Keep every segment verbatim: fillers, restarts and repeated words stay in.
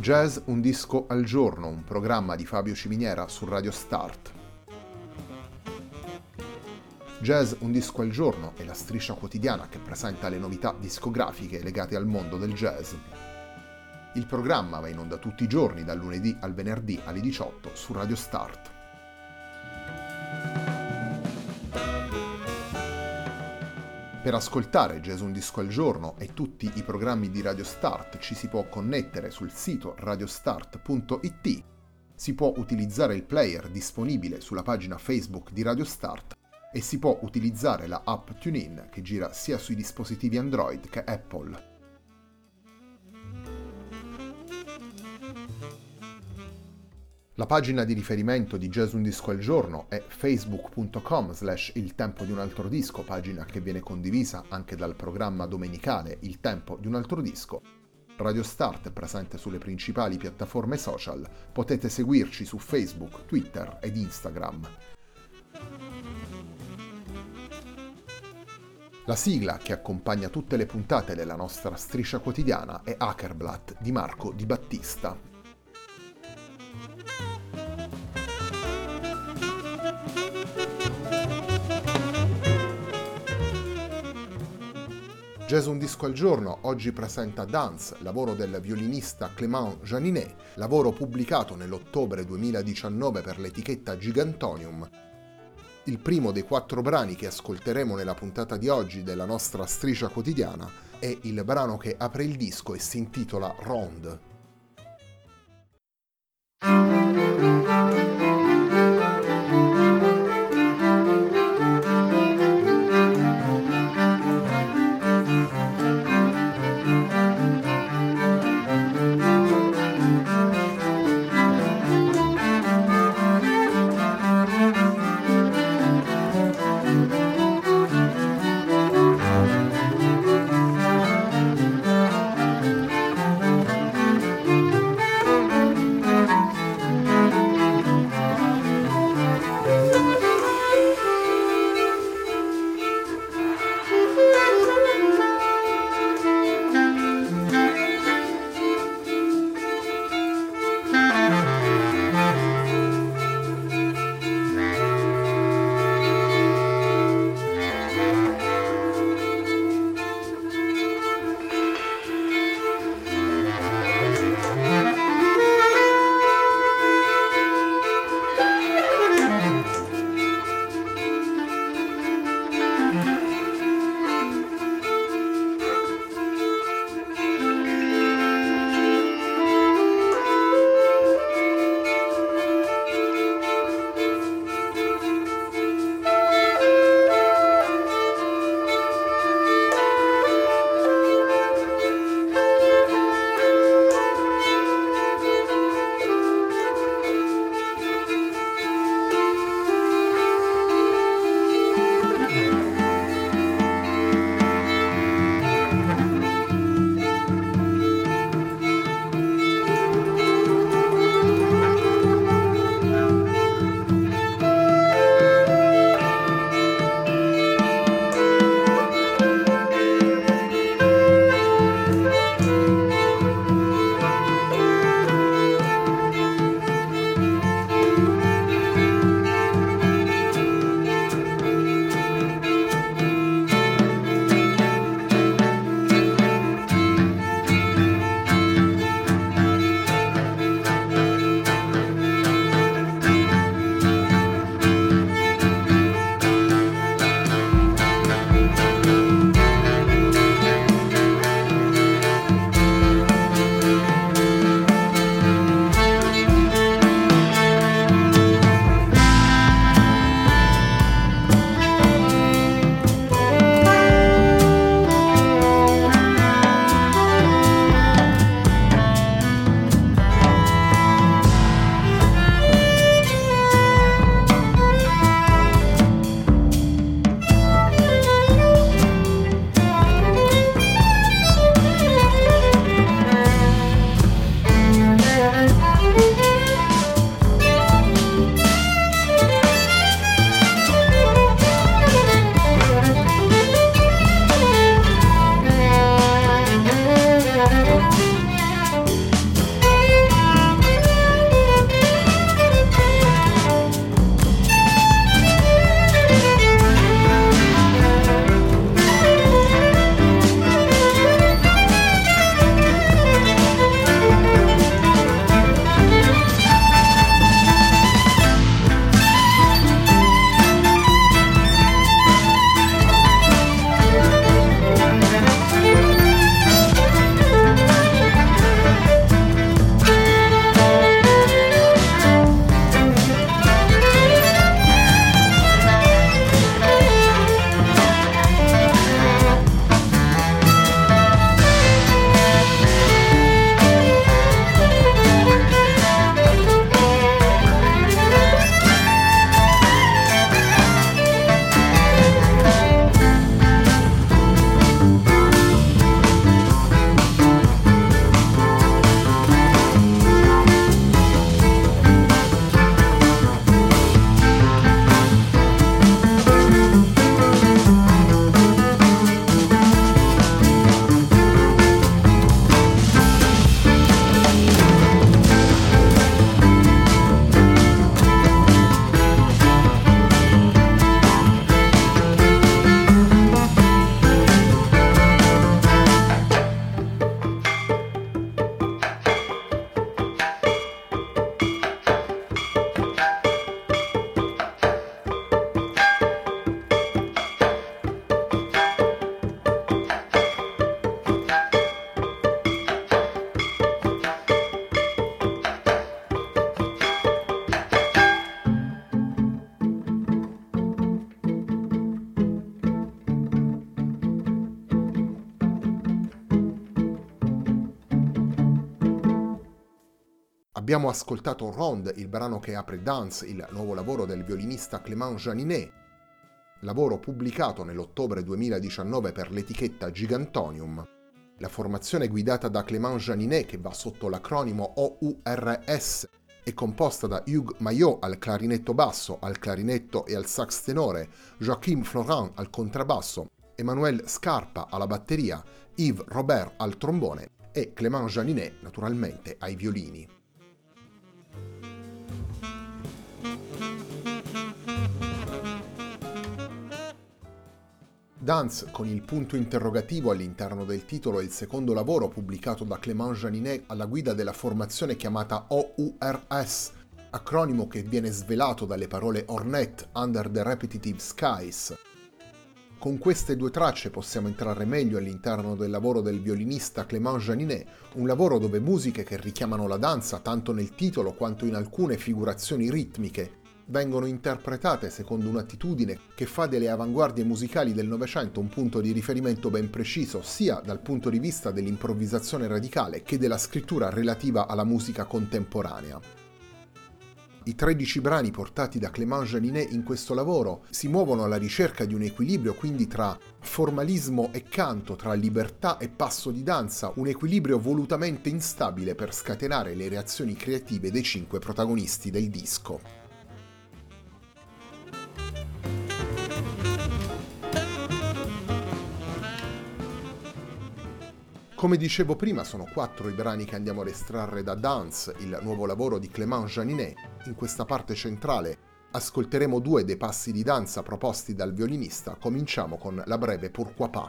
Jazz un disco al giorno, un programma di Fabio Ciminiera su Radio Start. Jazz un disco al giorno è la striscia quotidiana che presenta le novità discografiche legate al mondo del jazz. Il programma va in onda tutti i giorni dal lunedì al venerdì alle diciotto su Radio Start. Per ascoltare Jazz un disco al giorno e tutti i programmi di Radio Start ci si può connettere sul sito radiostart punto it, si può utilizzare il player disponibile sulla pagina Facebook di Radio Start e si può utilizzare la app TuneIn che gira sia sui dispositivi Android che Apple. La pagina di riferimento di Jazz un disco al giorno è facebook punto com slash il tempo di un altro disco, pagina che viene condivisa anche dal programma domenicale Il tempo di un altro disco. Radio Start è presente sulle principali piattaforme social, potete seguirci su Facebook, Twitter ed Instagram. La sigla che accompagna tutte le puntate della nostra striscia quotidiana è Hackerblatt di Marco Di Battista. Jazz un disco al giorno oggi presenta Dance, lavoro del violinista Clément Janinet, lavoro pubblicato nell'ottobre duemiladiciannove per l'etichetta Gigantonium. Il primo dei quattro brani che ascolteremo nella puntata di oggi della nostra striscia quotidiana è il brano che apre il disco e si intitola Ronde. Abbiamo ascoltato Ronde, il brano che apre Dance, il nuovo lavoro del violinista Clément Janinet, lavoro pubblicato nell'ottobre duemiladiciannove per l'etichetta Gigantonium. La formazione guidata da Clément Janinet, che va sotto l'acronimo O U R S, è composta da Hugues Maillot al clarinetto basso, al clarinetto e al sax tenore, Joachim Florent al contrabbasso, Emmanuel Scarpa alla batteria, Yves Robert al trombone e Clément Janinet naturalmente ai violini. Dance, con il punto interrogativo all'interno del titolo, è il secondo lavoro pubblicato da Clément Janinet alla guida della formazione chiamata O U R S, acronimo che viene svelato dalle parole Ornette, Under the Repetitive Skies. Con queste due tracce possiamo entrare meglio all'interno del lavoro del violinista Clément Janinet, un lavoro dove musiche che richiamano la danza tanto nel titolo quanto in alcune figurazioni ritmiche vengono interpretate secondo un'attitudine che fa delle avanguardie musicali del Novecento un punto di riferimento ben preciso sia dal punto di vista dell'improvvisazione radicale che della scrittura relativa alla musica contemporanea. I tredici brani portati da Clément Janinet in questo lavoro si muovono alla ricerca di un equilibrio quindi tra formalismo e canto, tra libertà e passo di danza, un equilibrio volutamente instabile per scatenare le reazioni creative dei cinque protagonisti del disco. Come dicevo prima, sono quattro i brani che andiamo ad estrarre da Dance, il nuovo lavoro di Clément Janinet. In questa parte centrale ascolteremo due dei passi di danza proposti dal violinista. Cominciamo con la breve Pourquoi pas.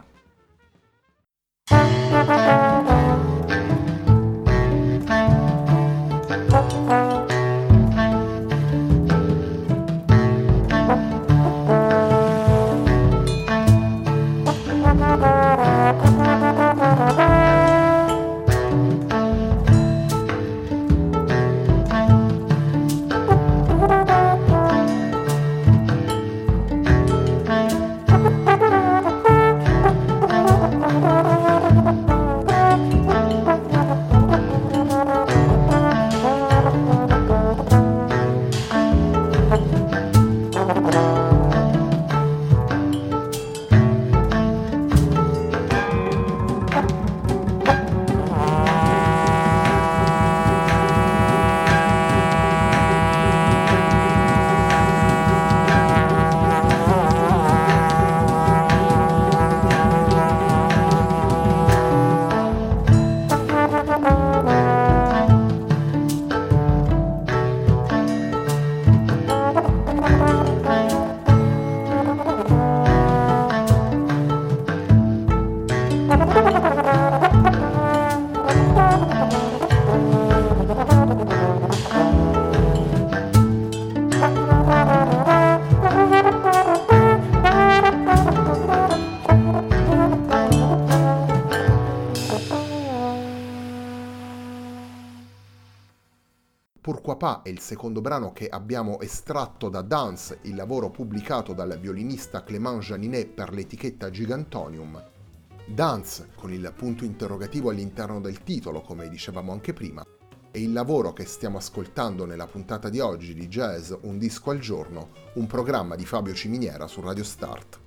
Pourquoi pas è il secondo brano che abbiamo estratto da Dance, il lavoro pubblicato dal violinista Clément Janinet per l'etichetta Gigantonium. Dance, con il punto interrogativo all'interno del titolo, come dicevamo anche prima, è il lavoro che stiamo ascoltando nella puntata di oggi di Jazz Un Disco al Giorno, un programma di Fabio Ciminiera su Radio Start.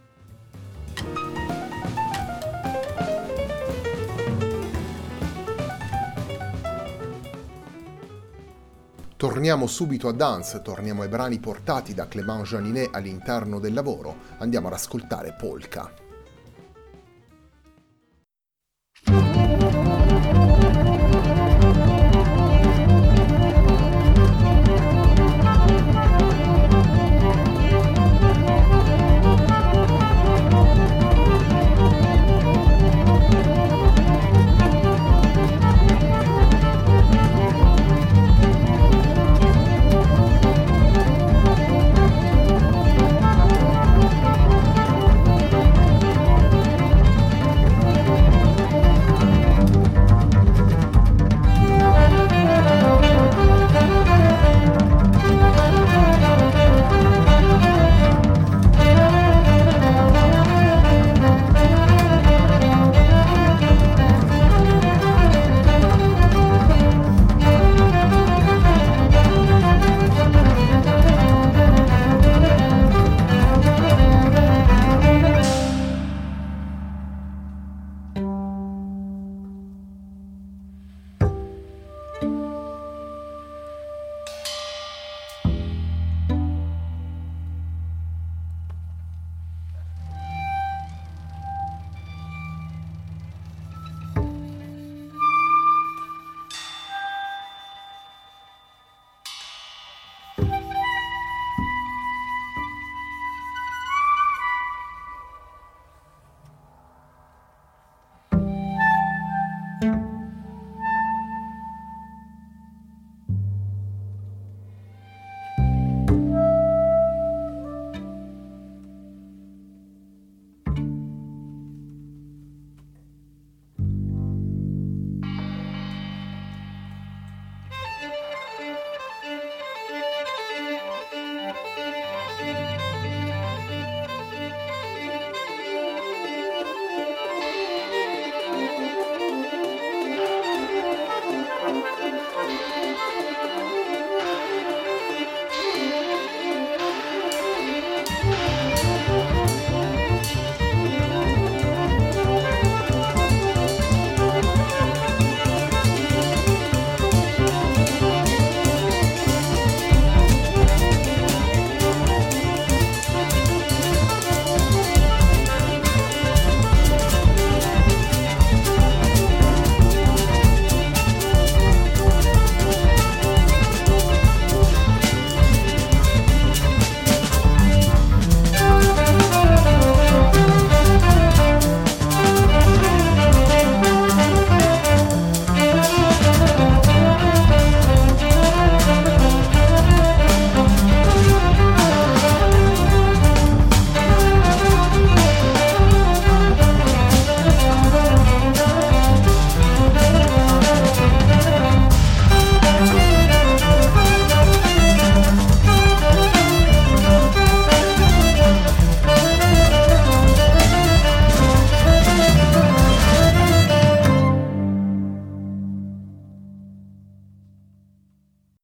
Torniamo subito a Dance, torniamo ai brani portati da Clément Janinet all'interno del lavoro, andiamo ad ascoltare Polka.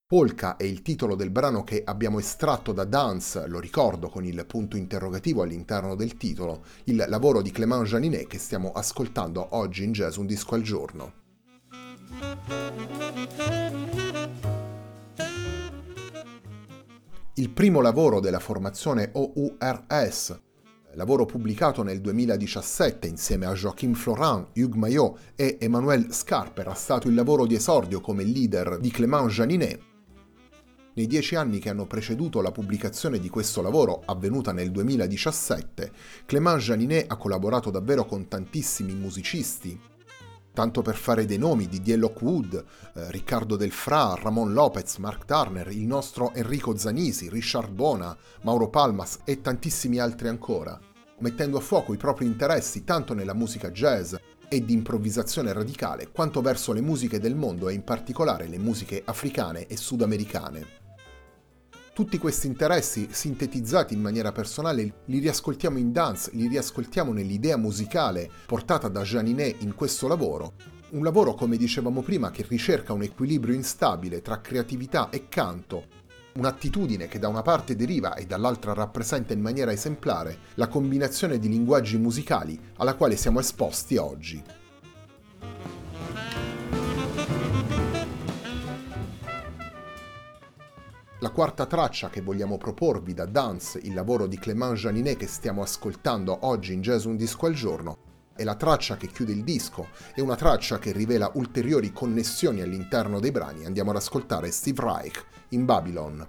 Polka è il titolo del brano che abbiamo estratto da Dance, lo ricordo con il punto interrogativo all'interno del titolo, il lavoro di Clément Janinet che stiamo ascoltando oggi in Jazz Un Disco al Giorno. Il primo lavoro della formazione O U R S, lavoro pubblicato nel duemiladiciassette insieme a Joachim Florent, Hugues Maillot e Emmanuel Scarpa, era stato il lavoro di esordio come leader di Clément Janinet. Nei dieci anni che hanno preceduto la pubblicazione di questo lavoro, avvenuta nel duemiladiciassette, Clément Janinet ha collaborato davvero con tantissimi musicisti. Tanto per fare dei nomi, Didier Lockwood, eh, Riccardo Del Fra, Ramon Lopez, Mark Turner, il nostro Enrico Zanisi, Richard Bona, Mauro Palmas e tantissimi altri ancora, mettendo a fuoco i propri interessi tanto nella musica jazz e di improvvisazione radicale, quanto verso le musiche del mondo e in particolare le musiche africane e sudamericane. Tutti questi interessi, sintetizzati in maniera personale, li riascoltiamo in Dance, li riascoltiamo nell'idea musicale portata da Janinet in questo lavoro. Un lavoro, come dicevamo prima, che ricerca un equilibrio instabile tra creatività e canto, un'attitudine che da una parte deriva e dall'altra rappresenta in maniera esemplare la combinazione di linguaggi musicali alla quale siamo esposti oggi. La quarta traccia che vogliamo proporvi da Dance, il lavoro di Clément Janinet che stiamo ascoltando oggi in Jazz Un Disco al Giorno, è la traccia che chiude il disco, è una traccia che rivela ulteriori connessioni all'interno dei brani. Andiamo ad ascoltare Steve Reich in Babylon.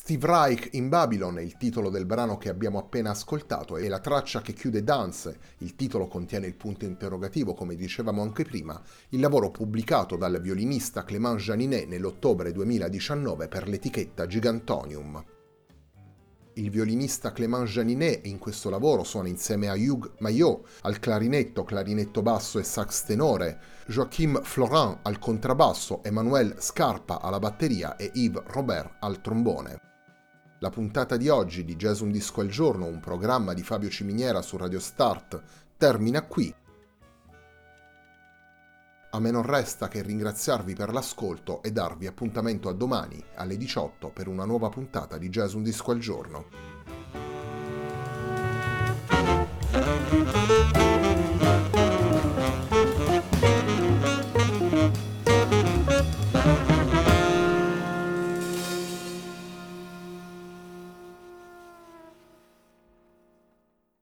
Steve Reich in Babylon è il titolo del brano che abbiamo appena ascoltato e la traccia che chiude Dance, il titolo contiene il punto interrogativo come dicevamo anche prima, il lavoro pubblicato dal violinista Clément Janinet nell'ottobre duemiladiciannove per l'etichetta Gigantonium. Il violinista Clément Janinet in questo lavoro suona insieme a Hugues Maillot al clarinetto, clarinetto basso e sax tenore, Joachim Florent al contrabbasso, Emmanuel Scarpa alla batteria e Yves Robert al trombone. La puntata di oggi di Jazz Un Disco al Giorno, un programma di Fabio Ciminiera su Radio Start, termina qui. A me non resta che ringraziarvi per l'ascolto e darvi appuntamento a domani alle diciotto per una nuova puntata di Jazz Un Disco al Giorno.